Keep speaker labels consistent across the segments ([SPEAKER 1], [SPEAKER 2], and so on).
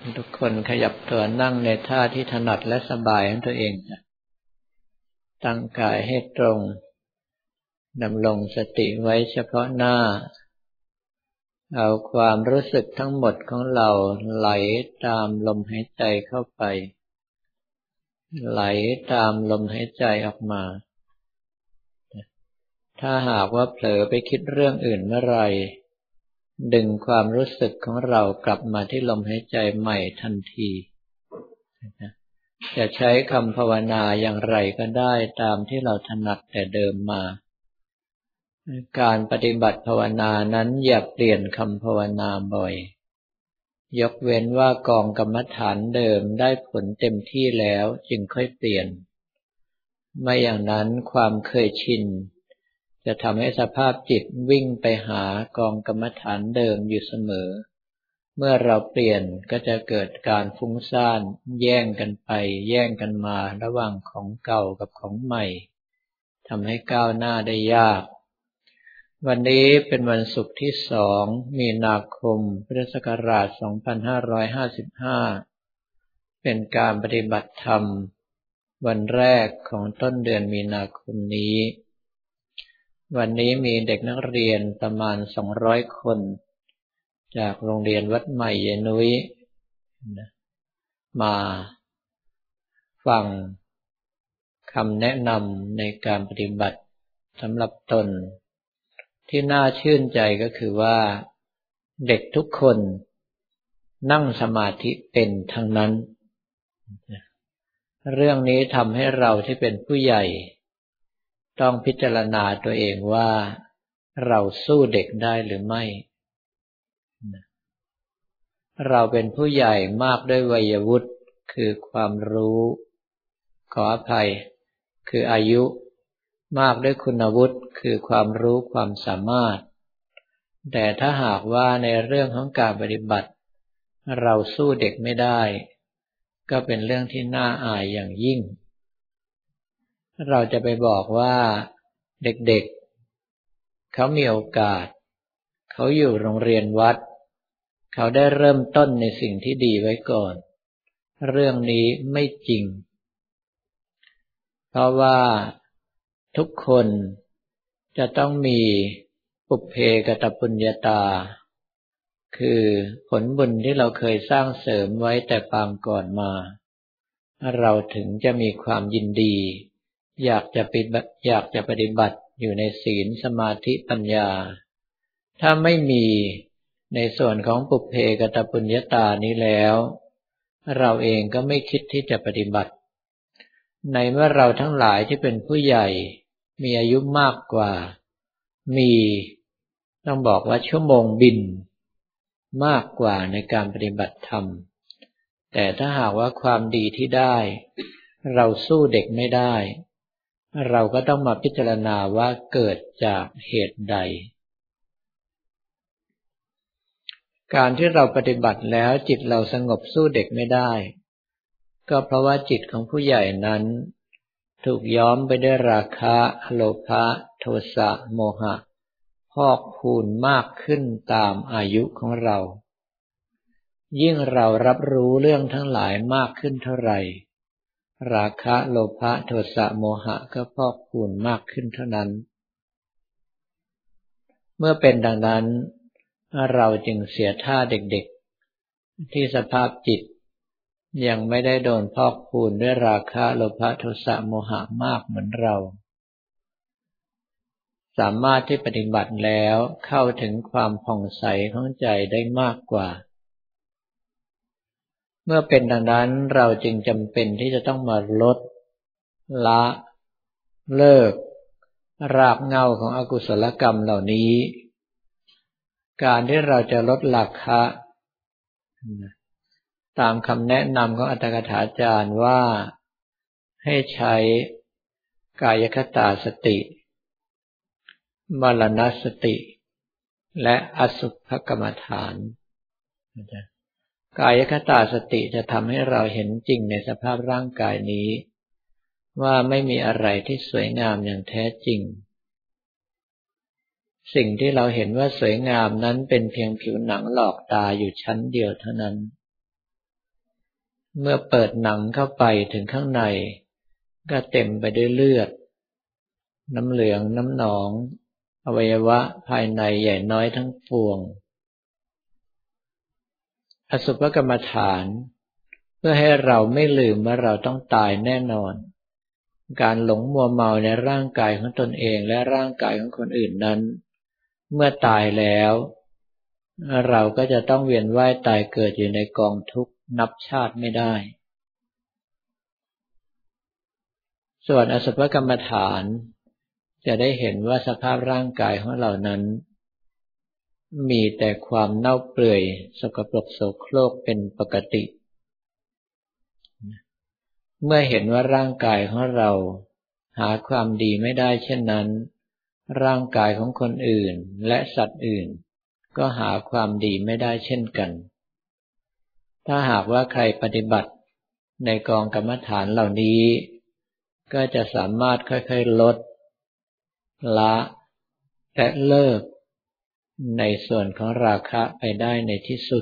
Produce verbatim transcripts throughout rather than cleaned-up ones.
[SPEAKER 1] ทุกคนขยับตัวนั่งในท่าที่ถนัดและสบายของตัวเองตั้งกายให้ตรงดำรงสติไว้เฉพาะหน้าเอาความรู้สึกทั้งหมดของเราไหลตามลมหายใจเข้าไปไหลตามลมหายใจออกมาถ้าหากว่าเผลอไปคิดเรื่องอื่นเมื่อไรดึงความรู้สึกของเรากลับมาที่ลมหายใจใหม่ทันทีจะใช้คำภาวนาอย่างไรก็ได้ตามที่เราถนัดแต่เดิมมาการปฏิบัติภาวนานั้นอย่าเปลี่ยนคำภาวนาบ่อยยกเว้นว่ากองกรรมฐานเดิมได้ผลเต็มที่แล้วจึงค่อยเปลี่ยนไม่อย่างนั้นความเคยชินจะทำให้สภาพจิตวิ่งไปหากองกรรมฐานเดิมอยู่เสมอเมื่อเราเปลี่ยนก็จะเกิดการฟุ้งซ่านแย่งกันไปแย่งกันมาระหว่างของเก่ากับของใหม่ทำให้ก้าวหน้าได้ยากวันนี้เป็นวันศุกร์ที่สองมีนาคมพุทธศักราชสองพันห้าร้อยห้าสิบห้าเป็นการปฏิบัติธรรมวันแรกของต้นเดือนมีนาคมนี้วันนี้มีเด็กนักเรียนประมาณสองร้อยคนจากโรงเรียนวัดใหม่ยายนุ้ยมาฟังคำแนะนำในการปฏิบัติสำหรับตนที่น่าชื่นใจก็คือว่าเด็กทุกคนนั่งสมาธิเป็นทั้งนั้นเรื่องนี้ทำให้เราที่เป็นผู้ใหญ่ต้องพิจารณาตัวเองว่าเราสู้เด็กได้หรือไม่เราเป็นผู้ใหญ่มากด้วยวัยวุฒิคือความรู้ขออภัยคืออายุมากด้วยคุณวุฒิคือความรู้ความสามารถแต่ถ้าหากว่าในเรื่องของการปฏิบัติเราสู้เด็กไม่ได้ก็เป็นเรื่องที่น่าอายอย่างยิ่งเราจะไปบอกว่าเด็กๆเขามีโอกาสเขาอยู่โรงเรียนวัดเขาได้เริ่มต้นในสิ่งที่ดีไว้ก่อนเรื่องนี้ไม่จริงเพราะว่าทุกคนจะต้องมีปุพเพกตปุญญาตาคือผลบุญที่เราเคยสร้างเสริมไว้แต่ปางก่อนมาเราถึงจะมีความยินดีอยากจะปฏิบัติอยากจะปฏิบัติอยู่ในศีลสมาธิปัญญาถ้าไม่มีในส่วนของปุพเพกตปุญญาตานี้แล้วเราเองก็ไม่คิดที่จะปฏิบัติในเมื่อเราทั้งหลายที่เป็นผู้ใหญ่มีอายุมากกว่ามีต้องบอกว่าชั่วโมงบินมากกว่าในการปฏิบัติธรรมแต่ถ้าหากว่าความดีที่ได้เราสู้เด็กไม่ได้เราก็ต้องมาพิจารณาว่าเกิดจากเหตุใดการที่เราปฏิบัติแล้วจิตเราสงบสู้เด็กไม่ได้ก็เพราะว่าจิตของผู้ใหญ่นั้นถูกย้อมไปด้วยราคะโลภะโทสะโมหะพอกพูนมากขึ้นตามอายุของเรายิ่งเรารับรู้เรื่องทั้งหลายมากขึ้นเท่าไหร่ราคะโลภะโทสะโมหะก็พอกพูนมากขึ้นเท่านั้นเมื่อเป็นดังนั้นเราจึงเสียท่าเด็กๆที่สภาพจิตยังไม่ได้โดนพอกพูนด้วยราคะโลภะโทสะโมหะมากเหมือนเราสามารถที่ปฏิบัติแล้วเข้าถึงความผ่องใสของใจได้มากกว่าเมื่อเป็นดังนั้นเราจึงจำเป็นที่จะต้องมาลดละเลิกรากเหง้าของอกุศลกรรมเหล่านี้การที่เราจะลดราคะตามคำแนะนำของอัตถกถาจารย์ว่าให้ใช้กายคตาสติมรณสติและอสุภกรรมฐานกายคตาสติจะทำให้เราเห็นจริงในสภาพร่างกายนี้ว่าไม่มีอะไรที่สวยงามอย่างแท้จริงสิ่งที่เราเห็นว่าสวยงามนั้นเป็นเพียงผิวหนังหลอกตาอยู่ชั้นเดียวเท่านั้นเมื่อเปิดหนังเข้าไปถึงข้างในก็เต็มไปด้วยเลือดน้ำเหลืองน้ำหนองอวัยวะภายในใหญ่น้อยทั้งปวงอสุภกรรมฐานเพื่อให้เราไม่ลืมว่าเราต้องตายแน่นอนการหลงมัวเมาในร่างกายของตนเองและร่างกายของคนอื่นนั้นเมื่อตายแล้วเราก็จะต้องเวียนว่ายตายเกิดอยู่ในกองทุกข์นับชาติไม่ได้ส่วนอสุภกรรมฐานจะได้เห็นว่าสภาพร่างกายของเรานั้นมีแต่ความเน่าเปื่อยสกปรกโสโครกเป็นปกติเมื่อเห็นว่าร่างกายของเราหาความดีไม่ได้เช่นนั้นร่างกายของคนอื่นและสัตว์อื่นก็หาความดีไม่ได้เช่นกันถ้าหากว่าใครปฏิบัติในกองกรรมฐานเหล่านี้ก็จะสามารถค่อยๆลดละและเลิกในส่วนของราคะไปได้ในที่สุด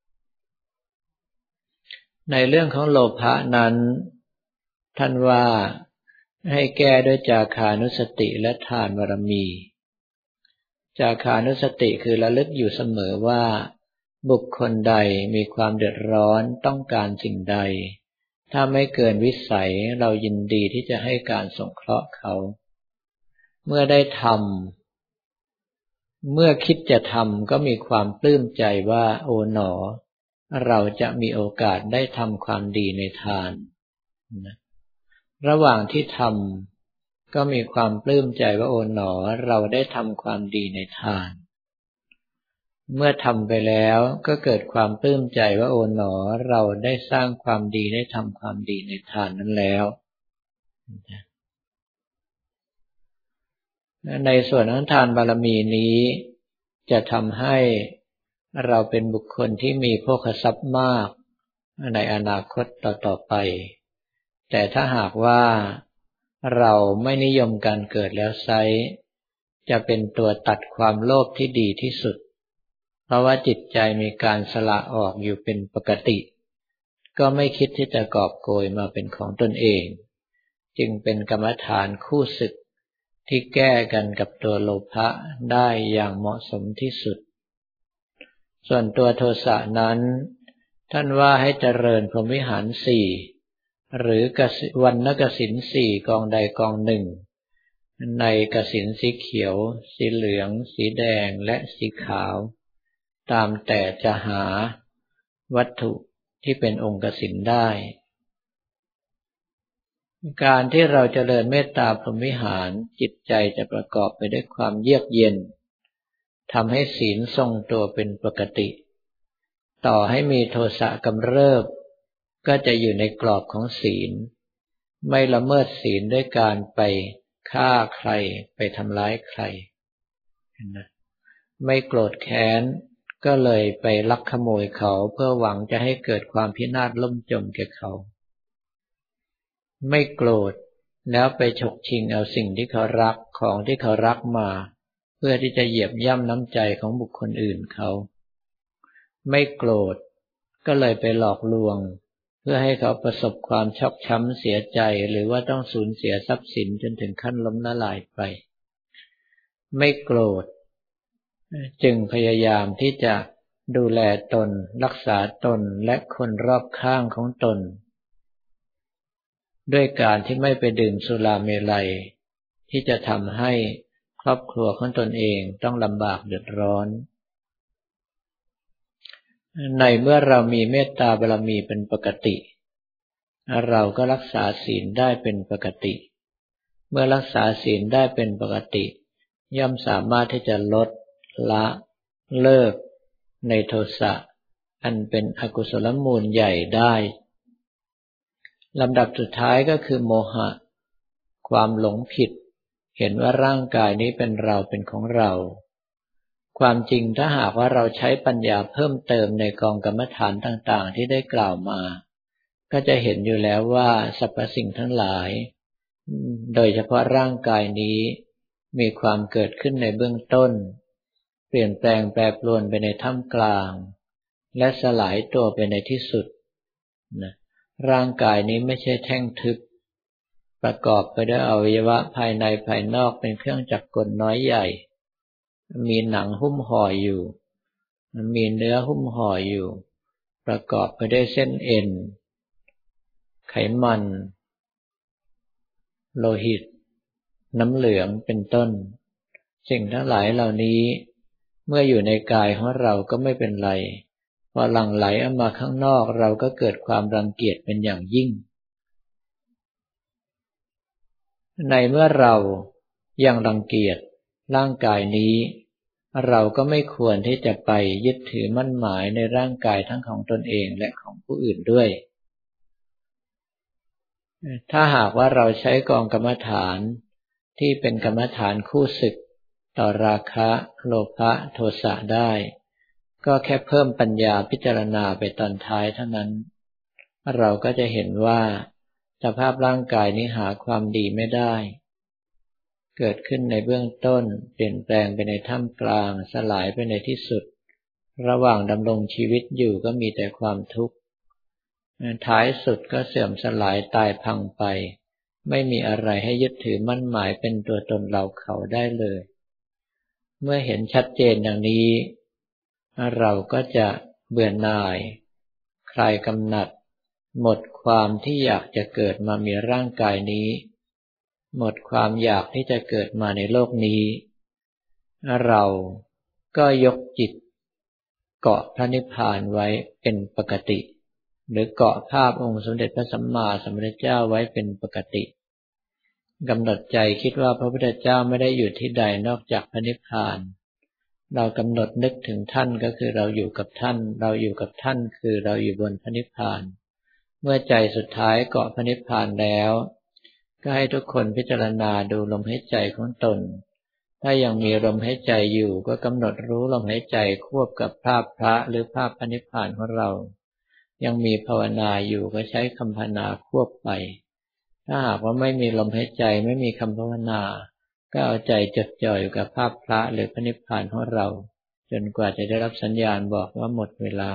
[SPEAKER 1] ในเรื่องของโลภะนั้นท่านว่าให้แก้ด้วยจาคานุสติและทานบารมีจาคานุสติคือระลึกอยู่เสมอว่าบุคคลใดมีความเดือดร้อนต้องการสิ่งใดถ้าไม่เกินวิสัยเรายินดีที่จะให้การสงเคราะห์เขาเมื่อได้ทำเมื่อคิดจะทำก็มีความปลื้มใจว่าโอ๋หนอเราจะมีโอกาสได้ทำความดีในทานนะระหว่างที่ทำก็มีความปลื้มใจว่าโอ๋หนอเราได้ทำความดีในทานเมื่อทำไปแล้วก็เกิดความปลื้มใจว่าโอ๋หนอเราได้สร้างความดีได้ทำความดีในทานนั้นแล้วในส่วนของทานบารมีนี้จะทำให้เราเป็นบุคคลที่มีโภคทรัพย์มากในอนาคตต่อๆไปแต่ถ้าหากว่าเราไม่นิยมการเกิดแล้วไซร้จะเป็นตัวตัดความโลภที่ดีที่สุดเพราะว่าจิตใจมีการสละออกอยู่เป็นปกติก็ไม่คิดที่จะกอบโกยมาเป็นของตนเองจึงเป็นกรรมฐานคู่ศึกที่แก้กันกับตัวโลภะได้อย่างเหมาะสมที่สุดส่วนตัวโทสะนั้นท่านว่าให้เจริญพรหมวิหารสี่หรือกสิวรรณกสิณสี่กองใดกองหนึ่งในกสิณสีเขียวสีเหลืองสีแดงและสีขาวตามแต่จะหาวัตถุที่เป็นองค์กสิณได้การที่เราเจริญเมตตาพรหมวิหารจิตใจจะประกอบไปด้วยความเยือกเย็นทำให้ศีลทรงตัวเป็นปกติต่อให้มีโทสะกำเริบก็จะอยู่ในกรอบของศีลไม่ละเมิดศีลด้วยการไปฆ่าใครไปทำร้ายใครไม่โกรธแค้นก็เลยไปลักขโมยเขาเพื่อหวังจะให้เกิดความพินาศล่มจมแก่เขาไม่โกรธแล้วไปฉกชิงเอาสิ่งที่เขารักของที่เขารักมาเพื่อที่จะเหยียบย่ำน้ำใจของบุคคลอื่นเขาไม่โกรธก็เลยไปหลอกลวงเพื่อให้เขาประสบความชอกช้ำเสียใจหรือว่าต้องสูญเสียทรัพย์สินจนถึงขั้นล้มละลายไปไม่โกรธจึงพยายามที่จะดูแลตนรักษาตนและคนรอบข้างของตนด้วยการที่ไม่ไปดื่มสุราเมลัยที่จะทำให้ครอบครัวของตนเองต้องลำบากเดือดร้อนในเมื่อเรามีเมตตาบารมีเป็นปกติเราก็รักษาศีลได้เป็นปกติเมื่อรักษาศีลได้เป็นปกติย่อมสามารถที่จะลดละเลิกในโทสะอันเป็นอกุศลมูลใหญ่ได้ลำดับสุดท้ายก็คือโมหะความหลงผิดเห็นว่าร่างกายนี้เป็นเราเป็นของเราความจริงถ้าหากว่าเราใช้ปัญญาเพิ่มเติมในกองกรรมฐานต่างๆที่ได้กล่าวมาก็จะเห็นอยู่แล้วว่าสรรพสิ่งทั้งหลายโดยเฉพาะร่างกายนี้มีความเกิดขึ้นในเบื้องต้นเปลี่ยนแปลงแปรปรวนไปในท่ามกลางและสลายตัวไปในที่สุดนะร่างกายนี้ไม่ใช่แท่งทึบประกอบไปด้วยอวัยวะภายในภายนอกเป็นเครื่องจักรกลน้อยใหญ่มีหนังหุ้มห่ออยู่มีเนื้อหุ้มห่ออยู่ประกอบไปด้วยเส้นเอ็นไขมันโลหิตน้ำเหลืองเป็นต้นสิ่งทั้งหลายเหล่านี้เมื่ออยู่ในกายของเราก็ไม่เป็นไรพอหลั่งไหลออกมาข้างนอกเราก็เกิดความรังเกียจเป็นอย่างยิ่งในเมื่อเรายังรังเกียจร่างกายนี้เราก็ไม่ควรที่จะไปยึดถือมั่นหมายในร่างกายทั้งของตนเองและของผู้อื่นด้วยถ้าหากว่าเราใช้กองกรรมฐานที่เป็นกรรมฐานคู่ศึกต่อราคะโลภะโทสะได้ก็แค่เพิ่มปัญญาพิจารณาไปตอนท้ายเท่านั้นเราก็จะเห็นว่าสภาพร่างกายนี้หาความดีไม่ได้เกิดขึ้นในเบื้องต้นเปลี่ยนแปลงไปในท่ามกลางสลายไปในที่สุดระหว่างดำรงชีวิตอยู่ก็มีแต่ความทุกข์ท้ายสุดก็เสื่อมสลายตายพังไปไม่มีอะไรให้ยึดถือมั่นหมายเป็นตัวตนเราเขาได้เลยเมื่อเห็นชัดเจนอย่างนี้เราก็จะเบื่อหน่ายคลายกำหนัดหมดความที่อยากจะเกิดมามีร่างกายนี้หมดความอยากที่จะเกิดมาในโลกนี้เราก็ยกจิตเกาะพระนิพพานไว้เป็นปกติหรือเกาะภาพองค์สมเด็จพระสัมมาสัมพุทธเจ้าไว้เป็นปกติกำหนดใจคิดว่าพระพุทธเจ้าไม่ได้อยู่ที่ใดนอกจากพระนิพพานเรากำหนดนึกถึงท่านก็คือเราอยู่กับท่านเราอยู่กับท่านคือเราอยู่บนพระนิพพานเมื่อใจสุดท้ายเกาะพระนิพพานแล้วก็ให้ทุกคนพิจารณาดูลมหายใจของตนถ้ายังมีลมหายใจอยู่ก็กำหนดรู้ลมหายใจควบกับภาพพระหรือภาพพระนิพพานของเรายังมีภาวนาอยู่ก็ใช้คำภาวนาควบไปถ้าหากว่าไม่มีลมหายใจไม่มีคำภาวนาก็เอาใจจดจ่ออยู่กับภาพพระหรือพระนิพพานของเราจนกว่าจะได้รับสัญญาณบอกว่าหมดเวลา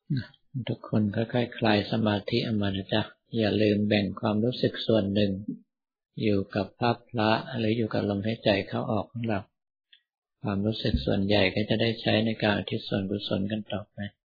[SPEAKER 1] ทุกคนค่อยๆ ค, คลายสมาธิออกมานะจ๊ะอย่าลืมแบ่งความรู้สึกส่วนหนึ่งอยู่กับภาพพระหรืออยู่กับลมหายใจเข้าออกของเราความรู้สึกส่วนใหญ่ก็จะได้ใช้ในการอุทิศส่วนกุศลกันต่อไป